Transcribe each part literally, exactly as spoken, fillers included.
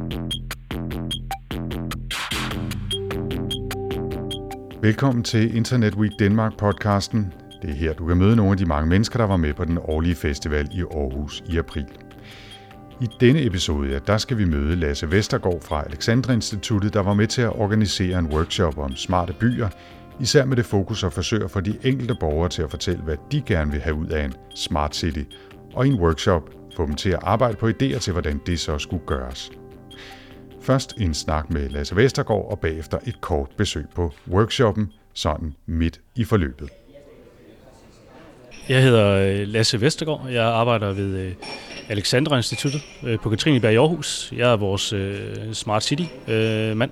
Velkommen til Internet Week Denmark-podcasten. Det er her, du kan møde nogle af de mange mennesker, der var med på den årlige festival i Aarhus i april. I denne episode, ja, der skal vi møde Lasse Vestergaard fra Alexandra Instituttet, der var med til at organisere en workshop om smarte byer, især med det fokus at forsøge at få de enkelte borgere til at fortælle, hvad de gerne vil have ud af en smart city, og i en workshop få dem til at arbejde på idéer til, hvordan det så skulle gøres. Først en snak med Lasse Vestergaard, og bagefter et kort besøg på workshoppen, sådan midt i forløbet. Jeg hedder Lasse Vestergaard. Jeg arbejder ved Alexandra Instituttet på Katrineberg i Aarhus. Jeg er vores Smart City-mand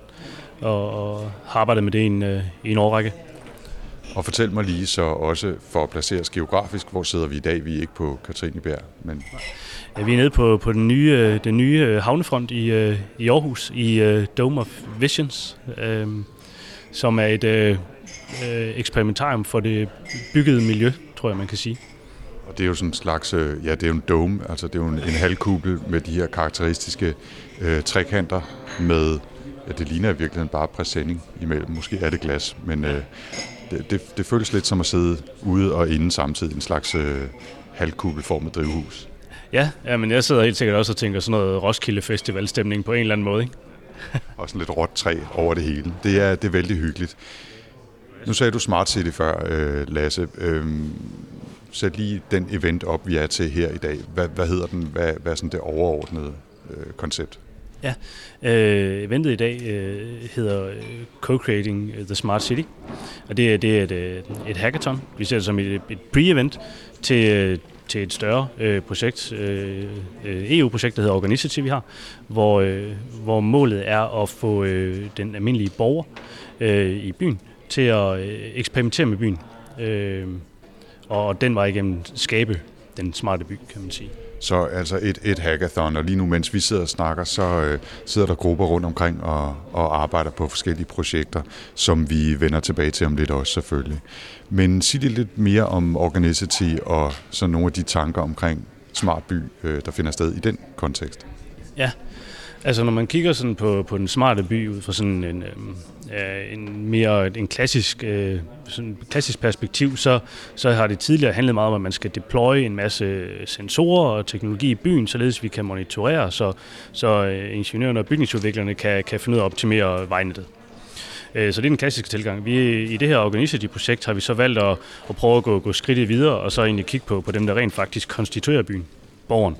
og har arbejdet med det i en, i en årrække. Og fortæl mig lige så også for at placere os geografisk, hvor sidder vi i dag? Vi er ikke på Katrineberg, men... Ja, vi er nede på, på den nye, den nye havnefront i, i Aarhus, i Dome of Visions, øh, som er et øh, eksperimentarium for det byggede miljø, tror jeg, man kan sige. Og det er jo sådan en slags, ja, det er jo en dome, altså det er jo en, en halvkuppel med de her karakteristiske øh, trekanter med, ja, det ligner i virkeligheden bare præsending imellem. Måske er det glas, men øh, det, det, det føles lidt som at sidde ude og inde samtidig, en slags øh, halvkuppelformet drivhus. Ja, ja, men jeg sidder helt sikkert også og tænker sådan noget Roskilde Festival-stemning på en eller anden måde, ikke? Og sådan lidt råt træ over det hele. Det er, det er vældig hyggeligt. Nu sagde du Smart City før, øh, Lasse. Øh, sæt lige den event op, vi er til her i dag. Hvad, hvad hedder den? Hvad, hvad er sådan det overordnede øh, koncept? Ja, øh, eventet i dag øh, hedder øh, Co-Creating the Smart City, og det, det er et, øh, et hackathon. Vi ser det som et, et pre-event til, øh, til et større øh, projekt, øh, E U-projekt, der hedder Organicity, vi har, hvor, øh, hvor målet er at få øh, den almindelige borger øh, i byen til at øh, eksperimentere med byen, øh, og den vej igennem skabe den smarte by, kan man sige. Så altså et, et hackathon, og lige nu, mens vi sidder og snakker, så øh, sidder der grupper rundt omkring og, og arbejder på forskellige projekter, som vi vender tilbage til om lidt også selvfølgelig. Men sig det lidt mere om Organicity og så nogle af de tanker omkring smart by, øh, der finder sted i den kontekst. Ja, altså når man kigger sådan på, på den smarte by ud fra sådan en, øh, en mere en klassisk, øh, sådan klassisk perspektiv, så, så har det tidligere handlet meget om, at man skal deploye en masse sensorer og teknologi i byen, således vi kan monitorere, så, så ingeniørerne og bygningsudviklerne kan, kan finde ud af at optimere vejnettet. Så det er den klassiske tilgang. Vi, I det her Organicity-projekt har vi så valgt at, at prøve at gå, gå skridtet videre, og så egentlig kigge på, på dem, der rent faktisk konstituerer byen, borgeren.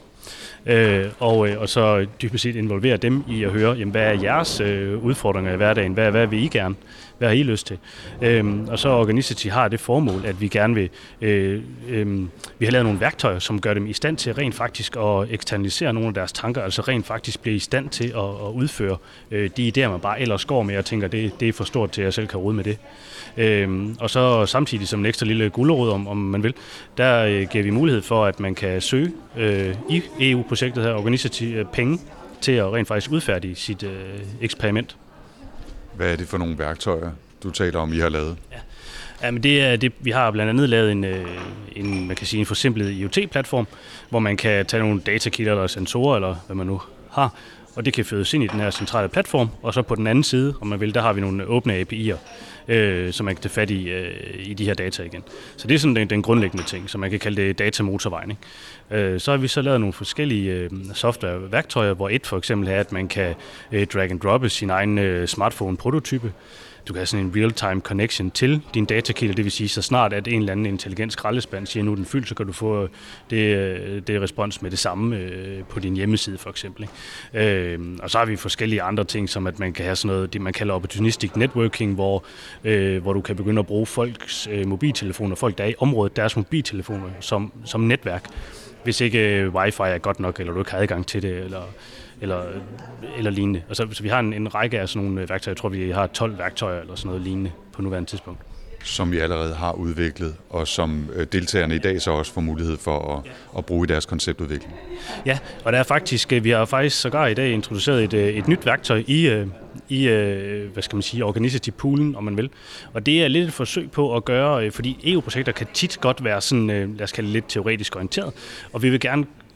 Øh, og, og så dybest set involvere dem i at høre, jamen, hvad er jeres øh, udfordringer i hverdagen, hvad, hvad vil I gerne, hvad har I lyst til? Øhm, og så Organicity har det formål, at vi gerne vil, øh, øh, vi har lavet nogle værktøjer, som gør dem i stand til rent faktisk at eksternalisere nogle af deres tanker, altså rent faktisk blive i stand til at, at udføre øh, de idéer, man bare ellers går med, og tænker, det, det er for stort til, at jeg selv kan rode med det. Øhm, og så samtidig som en ekstra lille gulerod, om, om man vil, der øh, giver vi mulighed for, at man kan søge øh, i E U-projektet her, Organicity, øh, penge til at rent faktisk udfærdige sit øh, eksperiment. Hvad er det for nogle værktøjer, du taler om, I har lavet? Ja. Ja, men det er det, vi har blandt andet lavet en, en, man kan sige, en forsimplet I O T-platform, hvor man kan tage nogle datakilder eller sensorer, eller hvad man nu har, og det kan fødes ind i den her centrale platform, og så på den anden side, om man vil, der har vi nogle åbne A P I'er, øh, som man kan tage fat i, øh, i de her data igen. Så det er sådan den, den grundlæggende ting, som man kan kalde det datamotorvejen. Ikke? Øh, så har vi så lavet nogle forskellige øh, software-værktøjer, hvor et for eksempel er, at man kan øh, drag and droppe sin egen øh, smartphone-prototype. Du kan have sådan en real-time connection til din datakilde, det vil sige, så snart at en eller anden intelligent skraldespand siger, nu er den fyldt, så kan du få det, det respons med det samme øh, på din hjemmeside for eksempel. Ikke? Øh, og så har vi forskellige andre ting, som at man kan have sådan noget, det man kalder opportunistic networking, hvor, øh, hvor du kan begynde at bruge folks øh, mobiltelefoner, folk der er i området, deres mobiltelefoner som, som netværk, hvis ikke øh, wifi er godt nok, eller du ikke har adgang til det, eller eller, eller lignende. Og så, så vi har en, en række af sådan nogle værktøjer. Jeg tror, vi har tolv værktøjer eller sådan noget lignende på nuværende tidspunkt. Som vi allerede har udviklet, og som deltagerne i dag så også får mulighed for at, at bruge i deres konceptudvikling. Ja, og der er faktisk, vi har faktisk sågar i dag introduceret et, et nyt værktøj i, i hvad skal man sige, Organicity-poolen, om man vil. Og det er lidt et forsøg på at gøre, fordi E U-projekter kan tit godt være sådan, lad os kalde det lidt teoretisk orienteret, og vi vil gerne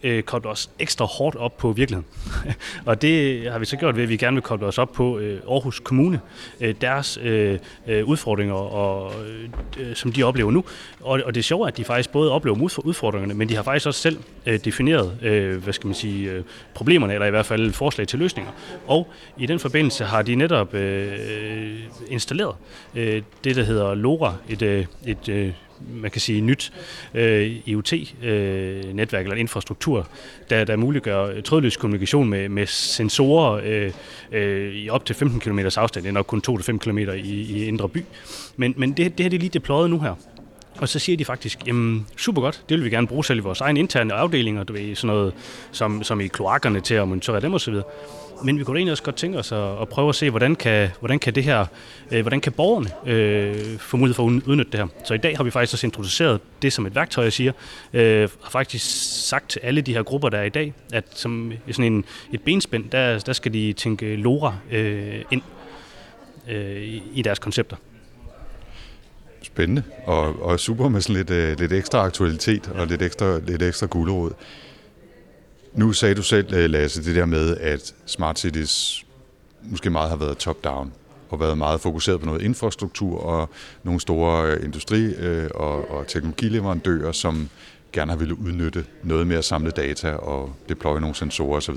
øh, koble os ekstra hårdt op på virkeligheden. Og det har vi så gjort ved, at vi gerne vil koble os op på øh, Aarhus Kommune, øh, deres øh, udfordringer, og, øh, som de oplever nu. Og, og det er sjovt, at de faktisk både oplever udfordringerne, men de har faktisk også selv øh, defineret øh, hvad skal man sige, øh, problemerne, eller i hvert fald forslag til løsninger. Og i den forbindelse har de netop øh, installeret øh, det, der hedder LoRa, et, øh, et øh, man kan sige nyt øh, I O T-netværk øh, eller infrastruktur, der, der muliggør trådløs kommunikation med, med sensorer øh, øh, i op til femten kilometer afstand. Det er nok kun to til fem kilometer i, i indre by. Men, men det, det her det er lige deployet nu her. Og så siger de faktisk, jamen super godt, det vil vi gerne bruge selv i vores egne interne afdelinger, du ved, sådan noget som, som i kloakkerne til at monitorere dem osv. Men vi kunne egentlig også godt tænke os at, at prøve at se, hvordan kan, hvordan kan det her, øh, hvordan kan borgerne øh, få mulighed for at udnytte det her. Så i dag har vi faktisk også introduceret det som et værktøj, jeg siger, øh, har faktisk sagt til alle de her grupper, der er i dag, at som sådan en, et benspænd, der, der skal de tænke LoRa øh, ind øh, i, i deres koncepter. Spændende, og, og super med sådan lidt, øh, lidt ekstra aktualitet og lidt ekstra, lidt ekstra gulerod. Nu sagde du selv, Lasse, det der med, at Smart Cities måske meget har været top-down og været meget fokuseret på noget infrastruktur og nogle store industri- og, og teknologileverandører, som gerne har ville udnytte noget mere samle data og deploye nogle sensorer osv.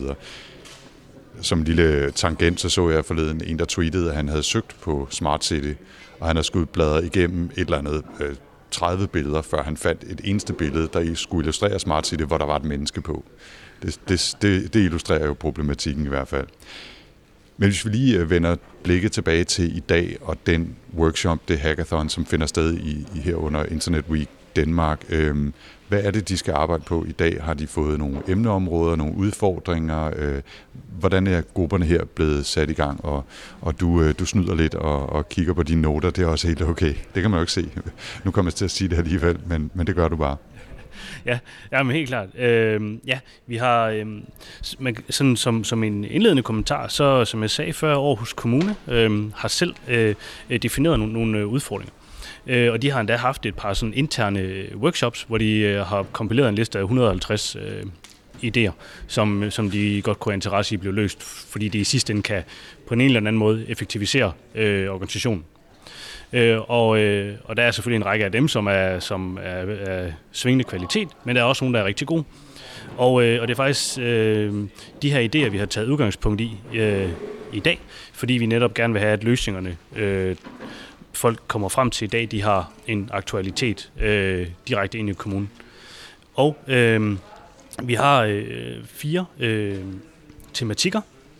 Som en lille tangent, så så jeg forleden en, der tweetede, at han havde søgt på Smart City, og han havde skulle bladre igennem et eller andet øh, tredive billeder, før han fandt et eneste billede, der skulle illustrere Smart City, hvor der var et menneske på. Det, det, det, det illustrerer jo problematikken i hvert fald. Men hvis vi lige vender blikket tilbage til i dag, og den workshop, det hackathon, som finder sted i, i her under Internet Week Danmark, øhm, hvad er det, de skal arbejde på i dag? Har de fået nogle emneområder, nogle udfordringer? Øh, hvordan er grupperne her blevet sat i gang? Og, og du, øh, du snyder lidt og, og kigger på dine noter, det er også helt okay. Det kan man jo ikke se. Nu kommer jeg til at sige det alligevel, men, men det gør du bare. Ja, ja, men helt klart. Øh, ja, vi har øh, sådan som som en indledende kommentar, så som jeg sagde før, Aarhus Kommune øh, har selv øh, defineret nogle, nogle udfordringer. Øh, og de har endda haft et par sådan interne workshops, hvor de øh, har kompileret en liste af et hundrede og halvtreds øh, idéer, som som de godt kunne have interesse i blive løst, fordi det i sidste ende kan på en eller anden måde effektivisere øh, organisationen. Øh, og, øh, og der er selvfølgelig en række af dem, som er, som er, er svingende kvalitet, men der er også nogle, der er rigtig gode. Og, øh, og det er faktisk øh, de her idéer, vi har taget udgangspunkt i øh, i dag, fordi vi netop gerne vil have, at løsningerne, øh, folk kommer frem til i dag, de har en aktualitet øh, direkte ind i kommunen. Og øh, vi har øh, fire øh, tematikker.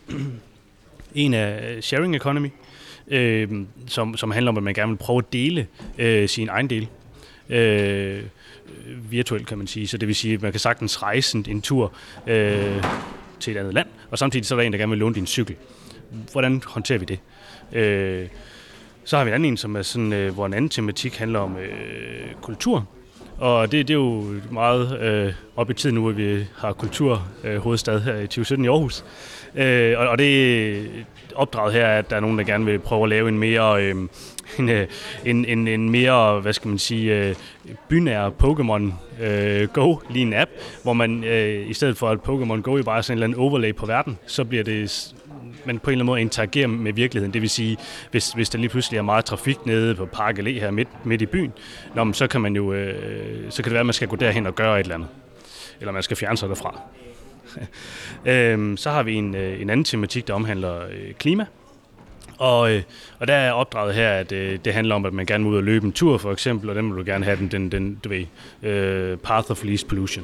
En er sharing economy, Øh, som, som handler om, at man gerne vil prøve at dele øh, sin egen del øh, virtuelt, kan man sige. Så det vil sige, at man kan sagtens rejse en, en tur øh, til et andet land, og samtidig så er der en, der gerne vil låne din cykel. Hvordan håndterer vi det? Øh, så har vi en anden en, som er sådan, øh, hvor en anden tematik handler om øh, kultur. Og det, det er jo meget øh, op i tiden nu, hvor vi har kulturhovedstad øh, her i tyve sytten i Aarhus. Øh, og, og det opdraget her er, at der er nogen, der gerne vil prøve at lave en mere, øh, en, en, en, en mere, hvad skal man sige, øh, bynær Pokémon øh, Go, lige en app, hvor man øh, i stedet for at Pokémon Go er bare sådan en eller anden overlay på verden, så bliver det man på en eller anden måde interagerer med virkeligheden. Det vil sige, hvis, hvis der lige pludselig er meget trafik nede på Park Allé her midt, midt i byen, nå, så kan man jo, øh, så kan det være, at man skal gå derhen og gøre et eller andet. Eller man skal fjerne sig derfra. øhm, så har vi en, en anden tematik, der omhandler øh, klima. Og, øh, og der er opdraget her, at øh, det handler om, at man gerne må ud og løbe en tur, for eksempel, og den vil du gerne have den, den, den du ved, øh, path of least pollution.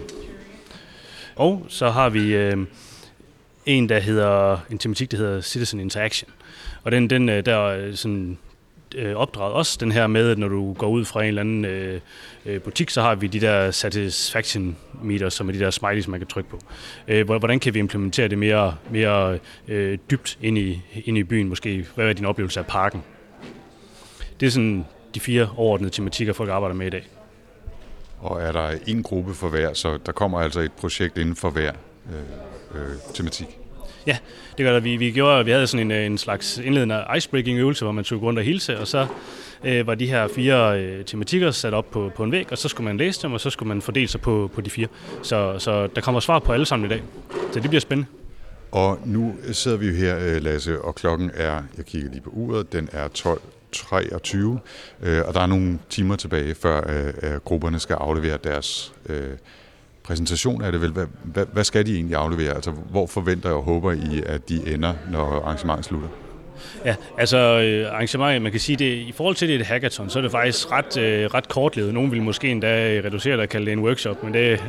Og så har vi øh, en, der hedder, en tematik, der hedder citizen interaction. Og den, den der er sådan øh, opdraget også, den her med, at når du går ud fra en eller anden øh, butik, så har vi de der satisfaction meters, som er de der smileys, man kan trykke på. Øh, hvordan kan vi implementere det mere, mere øh, dybt ind i, ind i byen? Måske, hvad er din oplevelse af parken? Det er sådan de fire overordnede tematikker, folk arbejder med i dag. Og er der en gruppe for hver, så der kommer altså et projekt inden for hver øh, øh, tematik? Ja, det gør der. Vi, vi, gjorde, vi havde sådan en, en slags indledende icebreaking øvelse, hvor man tog rundt og hilse, og så øh, var de her fire øh, tematikker sat op på, på en væg, og så skulle man læse dem, og så skulle man fordele sig på, på de fire. Så, så der kommer svar på alle sammen i dag. Så det bliver spændende. Og nu sidder vi jo her, Lasse, og klokken er, jeg kigger lige på uret, den er tolv treogtyve, og der er nogle timer tilbage, før grupperne skal aflevere deres præsentation af det. Vel, hvad, hvad, hvad skal de egentlig aflevere? Altså, hvor forventer og håber I, at de ender, når arrangementet slutter? Ja, altså arrangementet, man kan sige, det i forhold til det et hackathon, så er det faktisk ret, øh, ret kortlevet. Nogen vil måske endda reducere det og kalde det en workshop, men det,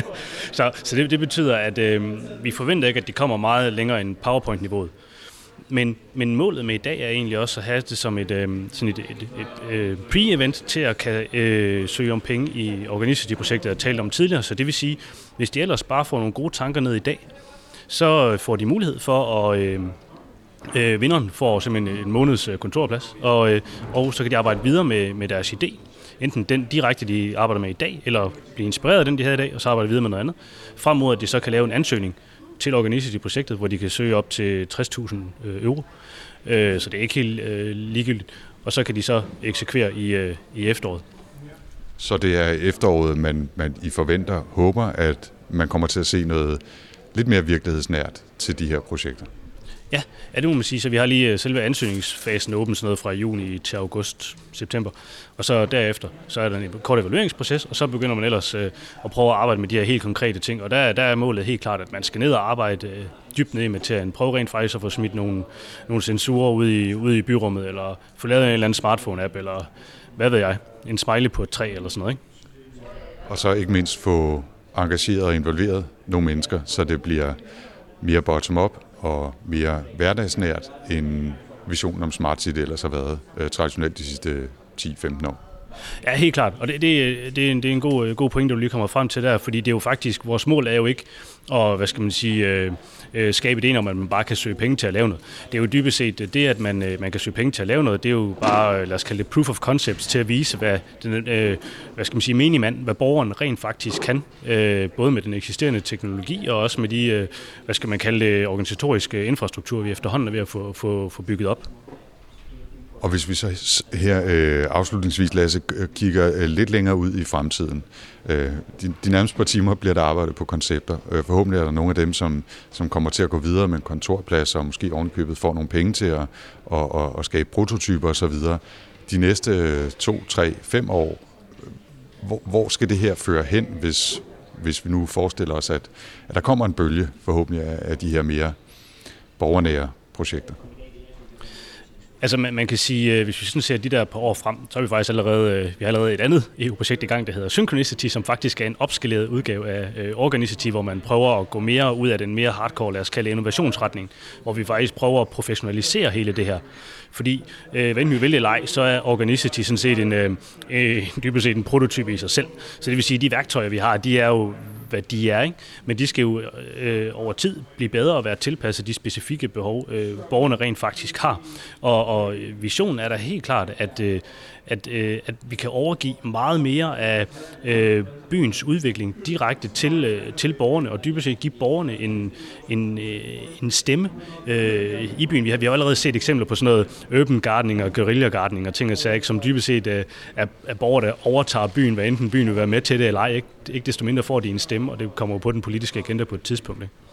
så, så det, det betyder, at øh, vi forventer ikke, at de kommer meget længere end PowerPoint-niveauet. Men, men målet med i dag er egentlig også at have det som et, øh, sådan et, et, et øh, pre-event til at kan øh, søge om penge i Organicity-projektet, jeg talte om tidligere. Så det vil sige, hvis de ellers bare får nogle gode tanker ned i dag, så får de mulighed for at... Øh, Øh, vinderen får simpelthen en måneds kontorplads, og, øh, og så kan de arbejde videre med, med deres idé. Enten den direkte, de arbejder med i dag, eller blive inspireret af den, de havde i dag, og så arbejde videre med noget andet. Frem mod, at de så kan lave en ansøgning til Organicity-projektet, hvor de kan søge op til tres tusind euro. Øh, så det er ikke helt øh, ligegyldigt. Og så kan de så eksekvere i, øh, i efteråret. Så det er efteråret, man, man I forventer, håber, at man kommer til at se noget lidt mere virkelighedsnært til de her projekter? Ja, ja, det må man sige. Så vi har lige selve ansøgningsfasen åben sådan noget fra juni til august, september. Og så derefter, så er der en kort evalueringsproces, og så begynder man ellers øh, at prøve at arbejde med de her helt konkrete ting. Og der, der er målet helt klart, at man skal ned og arbejde øh, dybt ned i materien. Prøve rent faktisk at få smidt nogle, nogle sensorer ude i, ude i byrummet, eller få lavet en eller anden smartphone-app, eller hvad ved jeg, en smiley på et træ eller sådan noget, ikke? Og så ikke mindst få engageret og involveret nogle mennesker, så det bliver mere bottom-up og mere hverdagsnært end visionen om Smart City ellers har været øh, traditionelt de sidste ti til femten år. Ja, helt klart. Og det, det, det, er, en, det er en god, god point, du lige kommer frem til der, fordi det er jo faktisk, vores mål er jo ikke at, hvad skal man sige, øh, øh, skabe idéen om, at man bare kan søge penge til at lave noget. Det er jo dybest set det, at man, øh, man kan søge penge til at lave noget, det er jo bare, lad os kalde det proof of concepts, til at vise, hvad den, øh, hvad skal man sige, menigmand, hvad borgeren rent faktisk kan, øh, både med den eksisterende teknologi og også med de, øh, hvad skal man kalde det, organisatoriske infrastruktur, vi efterhånden er ved at få, få, få bygget op. Og hvis vi så her øh, afslutningsvis, Lasse, kigger øh, lidt længere ud i fremtiden. Øh, de, de nærmeste par timer bliver der arbejdet på koncepter. Øh, forhåbentlig er der nogle af dem, som, som kommer til at gå videre med en kontorplads, og måske ovenikøbet får nogle penge til at og, og, og skabe prototyper osv. De næste to, tre, fem år, hvor, hvor skal det her føre hen, hvis, hvis vi nu forestiller os, at, at der kommer en bølge forhåbentlig af, af de her mere borgernære projekter? Altså man, man kan sige, hvis vi sådan ser de der par år frem, så har vi faktisk allerede, vi har allerede et andet E U-projekt i gang, der hedder Synchronicity, som faktisk er en opskaleret udgave af øh, Organicity, hvor man prøver at gå mere ud af den mere hardcore, lad os kalde innovationsretning, hvor vi faktisk prøver at professionalisere hele det her. Fordi øh, hvad vi vælger eller ej, så er Organicity sådan set en, øh, dybest set en prototype i sig selv. Så det vil sige, at de værktøjer, vi har, de er jo hvad de er, ikke? Men de skal jo øh, over tid blive bedre og være tilpasset de specifikke behov, øh, borgerne rent faktisk har. Og, og visionen er der helt klart, at, øh, at, øh, at vi kan overgive meget mere af øh, byens udvikling direkte til, øh, til borgerne, og dybest set give borgerne en, en, øh, en stemme øh, i byen. Vi har, vi har allerede set eksempler på sådan noget urban gardening og guerilla gardening og ting og sager, som dybest set øh, er, er borgere, der overtager byen, hvad enten byen vil være med til det eller ej. Ikke, ikke desto mindre får de en stemme, og det kommer på den politiske agenda på et tidspunkt. Ikke?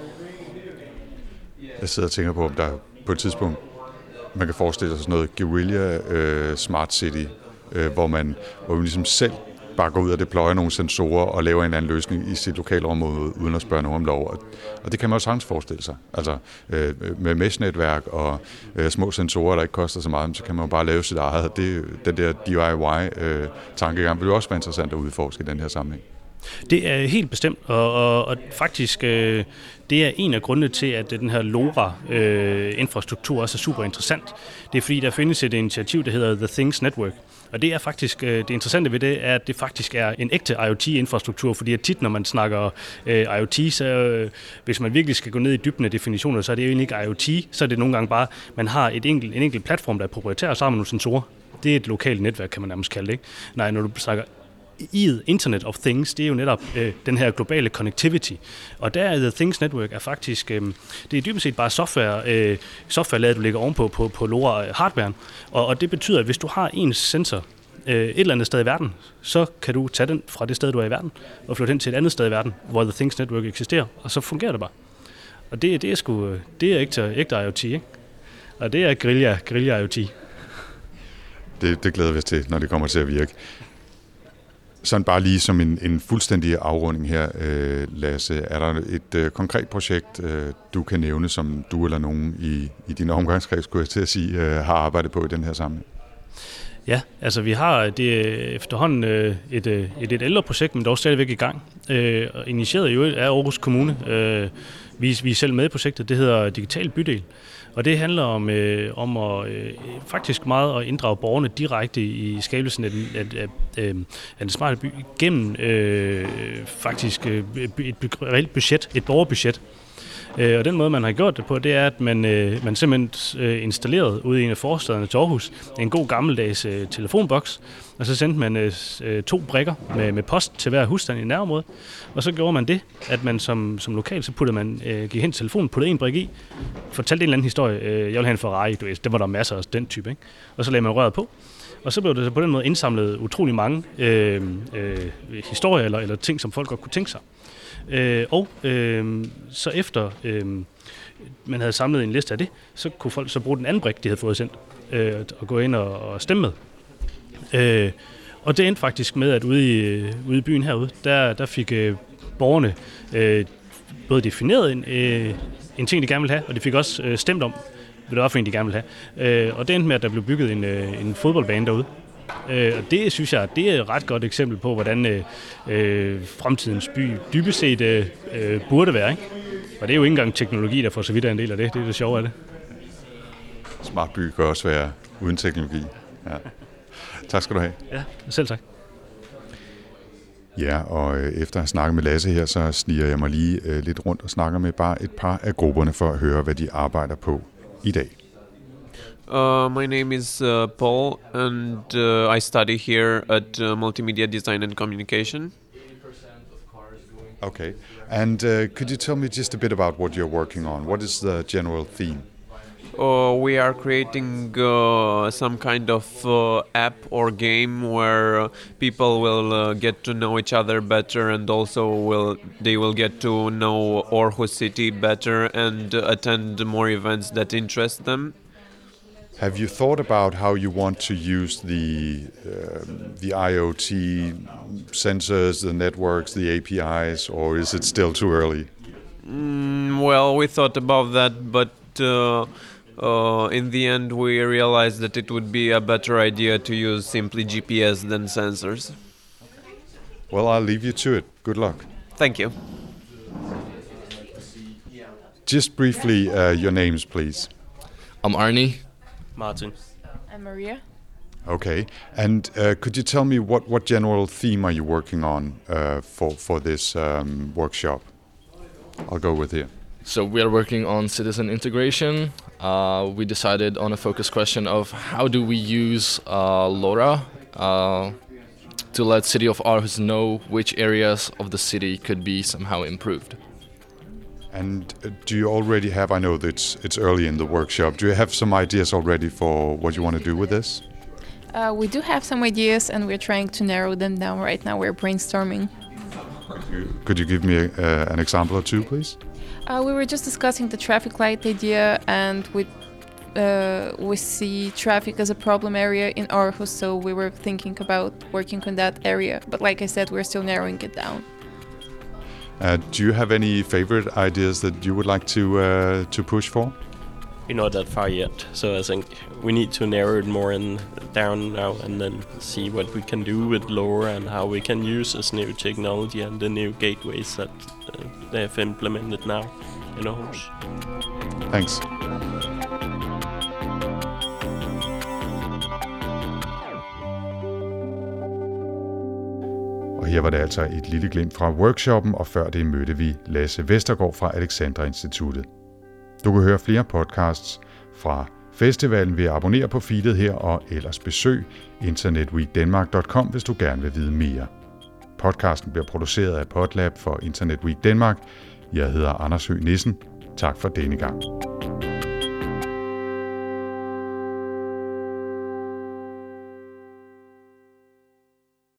Jeg sidder og tænker på, om der på et tidspunkt man kan forestille sig sådan noget guerilla uh, smart city, uh, hvor man hvor man ligesom selv bare går ud og deployer nogle sensorer og laver en anden løsning i sit lokale område, uden at spørge nogen om lov. Og, og det kan man også sagtens forestille sig. Altså uh, med mesh-netværk og uh, små sensorer, der ikke koster så meget, så kan man jo bare lave sit eget. Det, den der D I Y-tankegang uh, vil jo også være interessant at udforske i den her sammenhæng. Det er helt bestemt, og, og, og faktisk øh, det er en af grundene til, at den her LoRa-infrastruktur øh, også er super interessant. Det er fordi, der findes et initiativ, der hedder The Things Network. Og det er faktisk, øh, det interessante ved det, er, at det faktisk er en ægte IoT-infrastruktur, fordi at tit, når man snakker øh, IoT, så øh, hvis man virkelig skal gå ned i dybden af definitioner, så er det jo egentlig ikke IoT, så er det nogle gange bare, man har et enkelt, en enkelt platform, der er proprietær, og så har man nogle sensorer. Det er et lokalt netværk, kan man nærmest kalde det, ikke? Nej, når du snakker I'et, Internet of Things, det er jo netop øh, den her globale connectivity. Og der er The Things Network er faktisk, øh, det er dybest set bare software, øh, softwarelaget, du lægger ovenpå på, på LoRa-hardwaren. Og, og det betyder, at hvis du har en sensor øh, et eller andet sted i verden, så kan du tage den fra det sted, du er i verden, og flytte hen til et andet sted i verden, hvor The Things Network eksisterer, og så fungerer det bare. Og det, det er sgu, det er ægte, ægte IoT, ikke? Og det er guerilla, guerilla IoT. Det, det glæder vi os til, når det kommer til at virke. Sådan bare lige som en, en fuldstændig afrunding her, øh, Lasse. Er der et øh, konkret projekt, øh, du kan nævne, som du eller nogen i, i din omgangskreds, skulle jeg til at sige, øh, har arbejdet på i den her sammenhæng? Ja, altså vi har det efterhånden øh, et, et, et ældre projekt, men dog stadigvæk i gang. Øh, initieret jo af Aarhus Kommune. Øh, vi, vi er selv med i projektet. Det hedder Digital Bydel. Og det handler om, øh, om at, øh, faktisk meget at inddrage borgerne direkte i skabelsen af den, af, af, af den smarte by gennem øh, faktisk øh, et reelt budget, et borgerbudget. Øh, og den måde, man har gjort det på, det er, at man, øh, man simpelthen øh, installeret ude i en af forstederne til Aarhus en god gammeldags øh, telefonboks, og så sendte man øh, to brikker med, med post til hver husstand i nærområdet, og så gjorde man det, at man som, som lokal, så puttede man, øh, gik hen til telefonen, puttede en brik i, fortalte en eller anden historie, øh, jeg vil have en Ferrari, du ved, det var der masser af den type, ikke? Og så lagde man røret på, og så blev det på den måde indsamlet utrolig mange øh, øh, historier eller, eller ting, som folk godt kunne tænke sig. Øh, og øh, så efter øh, man havde samlet en liste af det, så kunne folk så bruge den anden brik, de havde fået sendt, øh, og gå ind og, og stemme med. Øh, og det endte faktisk med, at ude i, ude i byen herude, der, der fik øh, borgerne øh, både defineret en, øh, en ting, de gerne ville have, og de fik også øh, stemt om, hvad det var for en, de gerne ville have. Øh, og det endte med, at der blev bygget en, øh, en fodboldbane derude. Øh, og det synes jeg, det er et ret godt eksempel på, hvordan øh, øh, fremtidens by dybest set øh, øh, burde være, ikke? Og det er jo ikke engang teknologi, der for så vidt er en del af det. Det er det sjove af det. Smart by kan også være uden teknologi. Ja. Tak skal du have. Ja, selv tak. Ja, og efter at have snakket med Lasse her, så sniger jeg mig lige øh, lidt rundt og snakker med bare et par af grupperne for at høre, hvad de arbejder på i dag. Uh, my name is uh, Paul, and uh, I study here at uh, Multimedia Design and Communication. Okay, and uh, could you tell me just a bit about what you're working on? What is the general theme? Uh, we are creating uh, some kind of uh, app or game where uh, people will uh, get to know each other better, and also will they will get to know Aarhus City better and uh, attend more events that interest them. Have you thought about how you want to use the uh, the IoT sensors, the networks, the A P Is, or is it still too early? Mm, well, we thought about that, but uh, uh, in the end we realized that it would be a better idea to use simply G P S than sensors. Well, I'll leave you to it. Good luck. Thank you. Just briefly, uh, your names, please. I'm Arnie. Martin. I'm Maria. Okay, and uh, could you tell me what, what general theme are you working on uh, for for this um, workshop? I'll go with here. So we are working on citizen integration. Uh, we decided on a focus question of how do we use uh, LoRa uh, to let City of Aarhus know which areas of the city could be somehow improved. And uh, do you already have, I know that it's, it's early in the workshop, do you have some ideas already for what you want to do with this? Uh, we do have some ideas, and we're trying to narrow them down right now. We're brainstorming. Could you give me a, uh, an example or two, please? Uh, we were just discussing the traffic light idea, and we uh, we see traffic as a problem area in Aarhus, so we were thinking about working on that area. But like I said, we're still narrowing it down. Uh, do you have any favorite ideas that you would like to uh, to push for? We're not that far yet, so I think we need to narrow it more in, down now and then see what we can do with LoRa and how we can use this new technology and the new gateways that uh, they have implemented now in Aarhus. Thanks. Og her var det altså et lille glimt fra workshoppen, og før det mødte vi Lasse Vestergaard fra Alexandra Instituttet. Du kan høre flere podcasts fra festivalen ved at abonnere på feedet her, og ellers besøg internetweekdenmark punktum com, hvis du gerne vil vide mere. Podcasten bliver produceret af Podlab for Internet Week Danmark. Jeg hedder Anders Høgh Nissen. Tak for denne gang.